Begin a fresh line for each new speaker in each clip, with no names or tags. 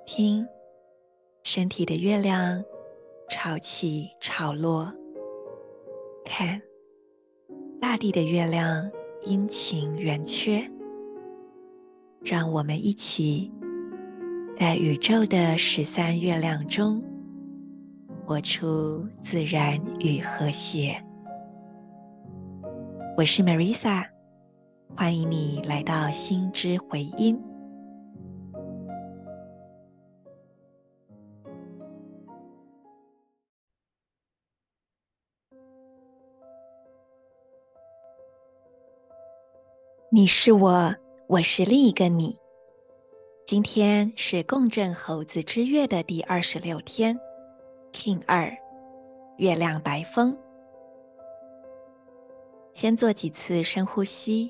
听，身体的月亮潮起潮落，看，大地的月亮阴晴圆缺。让我们一起在宇宙的13月亮中活出自然与和谐。我是 Marisa， 欢迎你来到心之回音。你是我，我是另一个你。今天是共振猴子之月的第26天 King 2，月亮白风。先做几次深呼吸，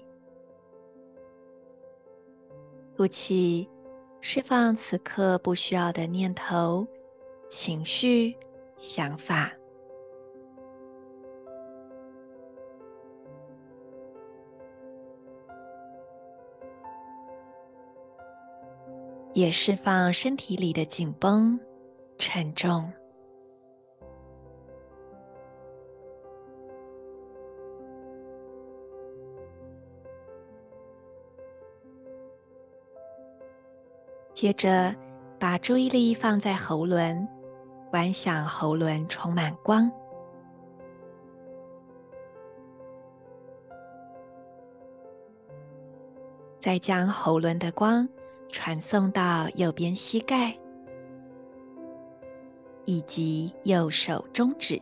吐气，释放此刻不需要的念头、情绪、想法。也释放身体里的紧绷、沉重。接着，把注意力放在喉轮，观想喉轮充满光。再将喉轮的光传送到右边膝盖，以及右手中指。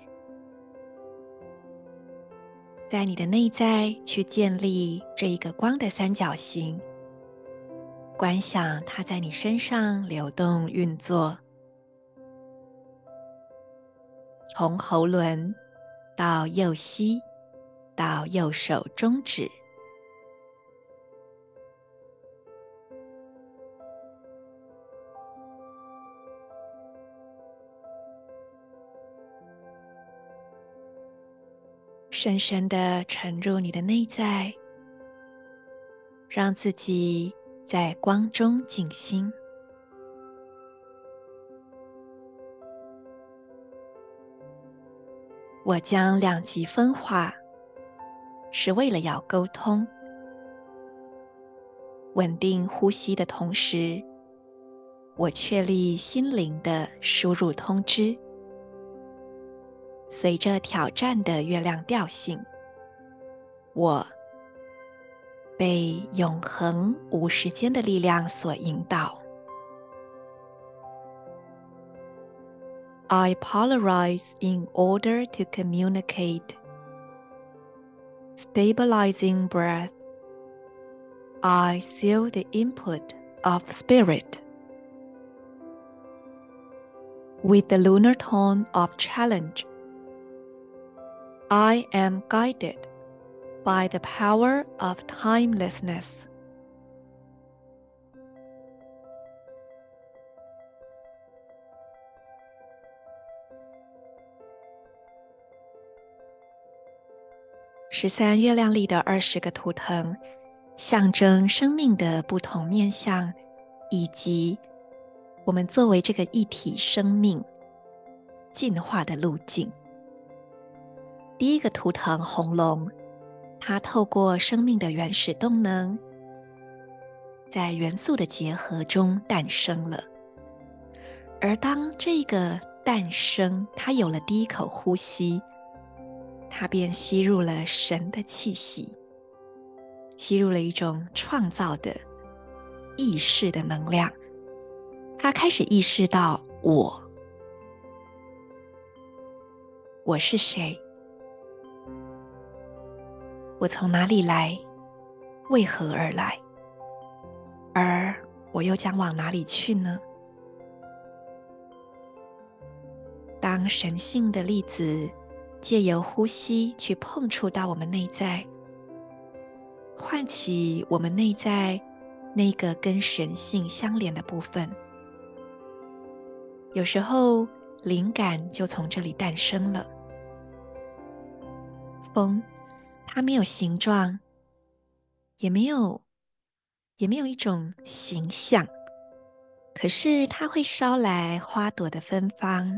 在你的内在去建立这一个光的三角形，观想它在你身上流动运作，从喉轮到右膝，到右手中指。深深地沉入你的内在，让自己在光中静心。我将两极分化，是为了要沟通，稳定呼吸的同时，我确立心灵的输入通知。随着挑战的月亮调性，我被永恒无时间的力量所引导。I polarize in order to communicate. Stabilizing breath. I seal the input of spirit. With the lunar tone of challenge, I am guided by the power of timelessness.13月亮里的20个图腾，象征生命的不同面向，以及我们作为这个一体生命进化的路径。第一个图腾红龙，它透过生命的原始动能，在元素的结合中诞生了。而当这个诞生，它有了第一口呼吸，它便吸入了神的气息，吸入了一种创造的意识的能量。它开始意识到我是谁？我从哪里来？为何而来？而我又将往哪里去呢？当神性的粒子借由呼吸去碰触到我们内在，唤起我们内在那个跟神性相连的部分，有时候灵感就从这里诞生了。风，它没有形状，也没有一种形象， 可是它会捎来花朵的芬芳、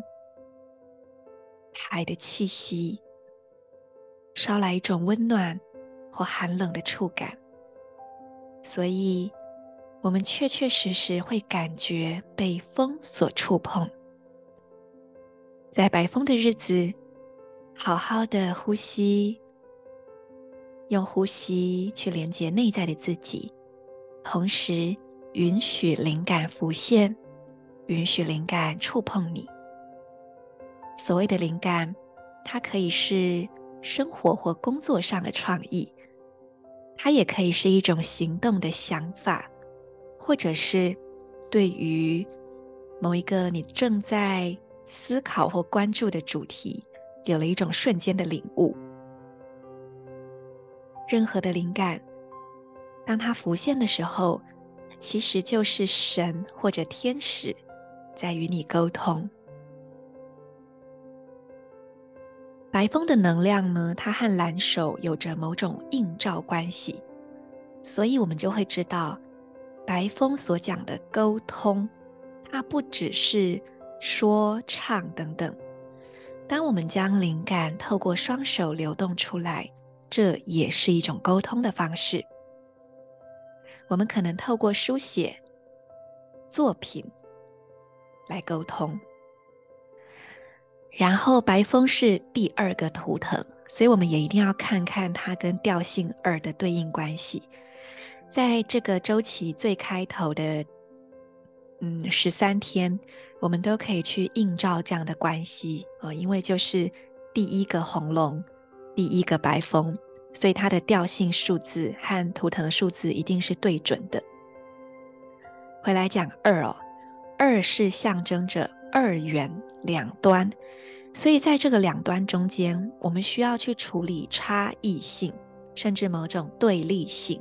海的气息，捎来一种温暖或寒冷的触感。所以我们确确实实会感觉被风所触碰。在白风的日子，好好的呼吸，用呼吸去连接内在的自己，同时允许灵感浮现，允许灵感触碰你。所谓的灵感，它可以是生活或工作上的创意，它也可以是一种行动的想法，或者是对于某一个你正在思考或关注的主题，有了一种瞬间的领悟。任何的灵感，当它浮现的时候，其实就是神或者天使在与你沟通。白风的能量呢，它和蓝手有着某种映照关系，所以我们就会知道，白风所讲的沟通，它不只是说唱等等。当我们将灵感透过双手流动出来，这也是一种沟通的方式。我们可能透过书写作品来沟通。然后白风是第二个图腾，所以我们也一定要看看它跟调性2的对应关系。在这个周期最开头的13天，我们都可以去映照这样的关系，因为就是第一个红龙，第一个白风，所以它的调性数字和图腾数字一定是对准的。回来讲2是象征着二元两端，所以在这个两端中间，我们需要去处理差异性，甚至某种对立性。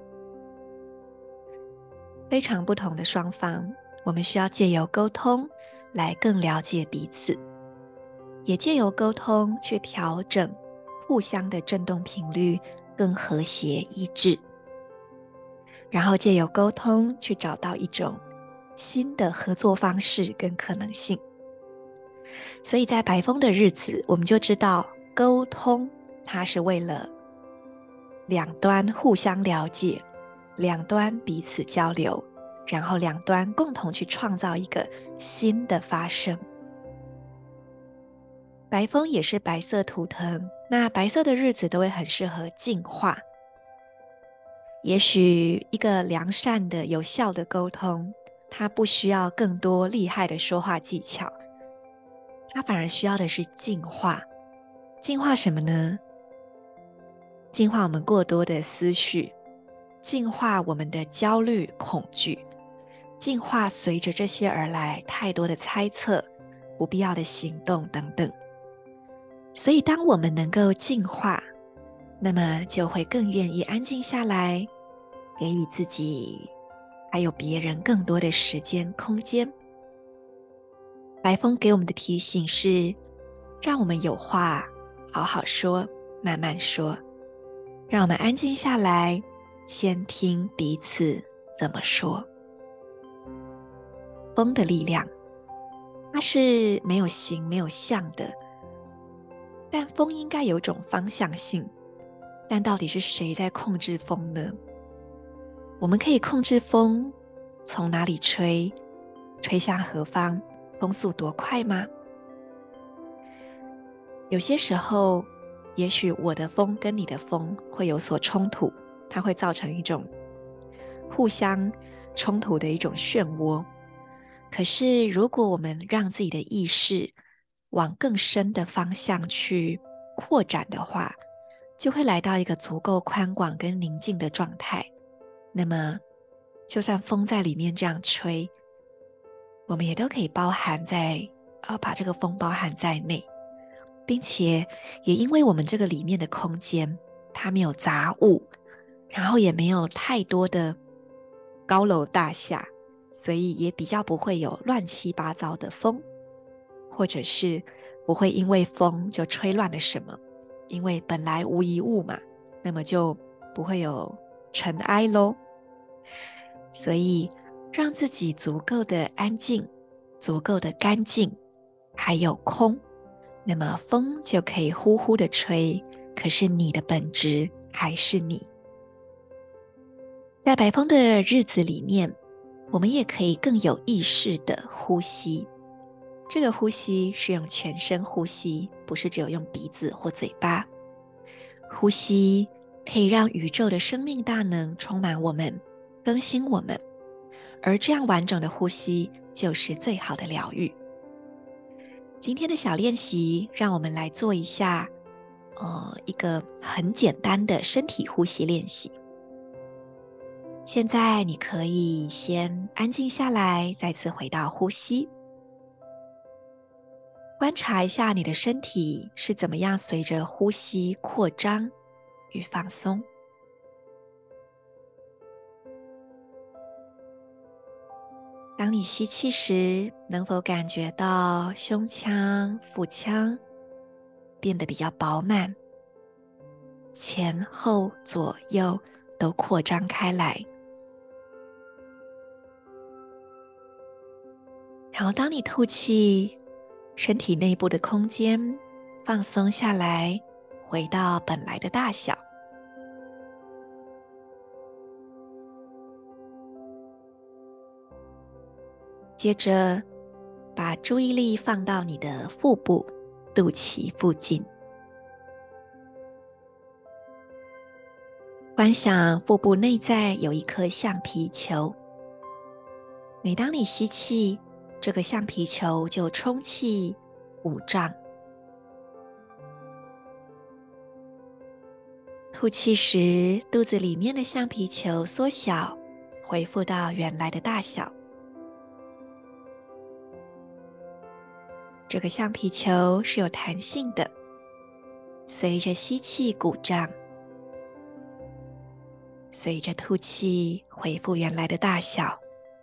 非常不同的双方，我们需要借由沟通来更了解彼此，也借由沟通去调整互相的振动频率，更和谐一致。然后借由沟通去找到一种新的合作方式跟可能性。所以在白风的日子，我们就知道沟通它是为了两端互相了解，两端彼此交流，然后两端共同去创造一个新的发生。白风也是白色图腾，那白色的日子都会很适合净化。也许一个良善的有效的沟通，它不需要更多厉害的说话技巧，它反而需要的是净化。净化什么呢？净化我们过多的思绪，净化我们的焦虑恐惧，净化随着这些而来太多的猜测，不必要的行动等等。所以当我们能够净化，那么就会更愿意安静下来，给予自己还有别人更多的时间空间。白风给我们的提醒是，让我们有话好好说，慢慢说，让我们安静下来，先听彼此怎么说。风的力量，它是没有形没有相的，但风应该有种方向性。但到底是谁在控制风呢？我们可以控制风从哪里吹，吹向何方，风速多快吗？有些时候，也许我的风跟你的风会有所冲突，它会造成一种互相冲突的一种漩涡。可是如果我们让自己的意识往更深的方向去扩展的话，就会来到一个足够宽广跟宁静的状态。那么就算风在里面这样吹，我们也都可以把这个风包含在内，并且也因为我们这个里面的空间它没有杂物，然后也没有太多的高楼大厦，所以也比较不会有乱七八糟的风，或者是不会因为风就吹乱了什么，因为本来无一物嘛，那么就不会有尘埃咯。所以让自己足够的安静，足够的干净，还有空，那么风就可以呼呼的吹，可是你的本质还是你。在白风的日子里面，我们也可以更有意识的呼吸。这个呼吸是用全身呼吸，不是只有用鼻子或嘴巴。呼吸可以让宇宙的生命大能充满我们，更新我们，而这样完整的呼吸就是最好的疗愈。今天的小练习，让我们来做一下一个很简单的身体呼吸练习。现在你可以先安静下来，再次回到呼吸，观察一下你的身体是怎么样随着呼吸扩张与放松。当你吸气时，能否感觉到胸腔、腹腔变得比较饱满，前后左右都扩张开来？然后当你吐气，身体内部的空间放松下来，回到本来的大小。接着把注意力放到你的腹部、肚脐附近，观想腹部内在有一颗橡皮球。每当你吸气，这个橡皮球就充气鼓胀，吐气时，肚子里面的橡皮球缩小，恢复到原来的大小。这个橡皮球是有弹性的，随着吸气鼓胀，随着吐气恢复原来的大小。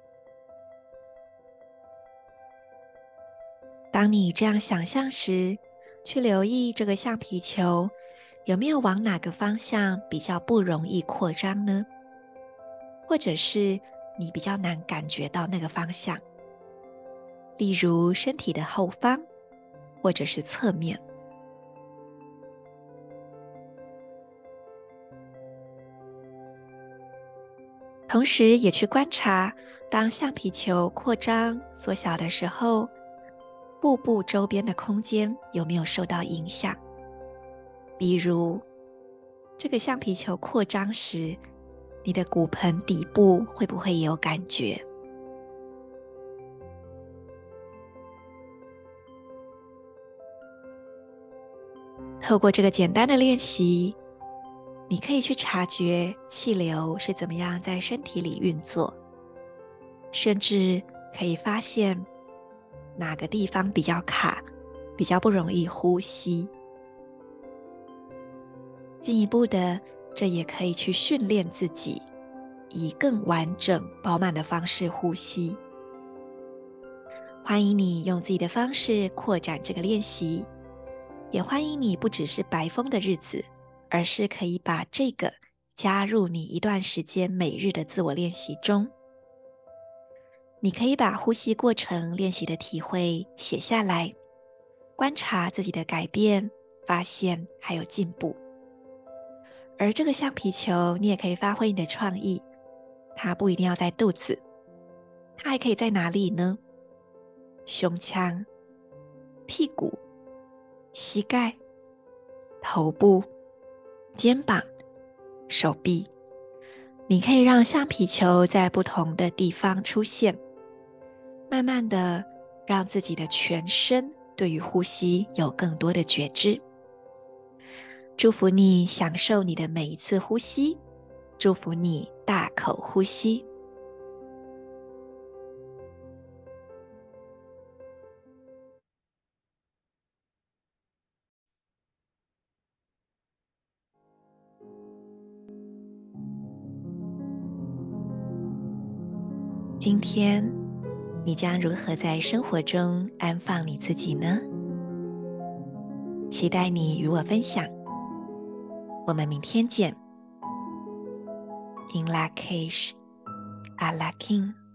当你这样想象时，去留意这个橡皮球有没有往哪个方向比较不容易扩张呢？或者是你比较难感觉到那个方向，例如身体的后方，或者是侧面。同时也去观察，当橡皮球扩张缩小的时候，腹部周边的空间有没有受到影响？比如，这个橡皮球扩张时，你的骨盆底部会不会也有感觉？透过这个简单的练习，你可以去察觉气流是怎么样在身体里运作，甚至可以发现哪个地方比较卡，比较不容易呼吸。进一步的，这也可以去训练自己，以更完整、饱满的方式呼吸。欢迎你用自己的方式扩展这个练习，也欢迎你不只是白风的日子，而是可以把这个加入你一段时间每日的自我练习中。你可以把呼吸过程练习的体会写下来，观察自己的改变、发现还有进步。而这个橡皮球，你也可以发挥你的创意，它不一定要在肚子，它还可以在哪里呢？胸腔、屁股、膝盖、头部、肩膀、手臂。你可以让橡皮球在不同的地方出现，慢慢的让自己的全身对于呼吸有更多的觉知。祝福你享受你的每一次呼吸，祝福你大口呼吸。今天你将如何在生活中安放你自己呢？期待你与我分享。我们明天见。In Lak'ech, Ala K'in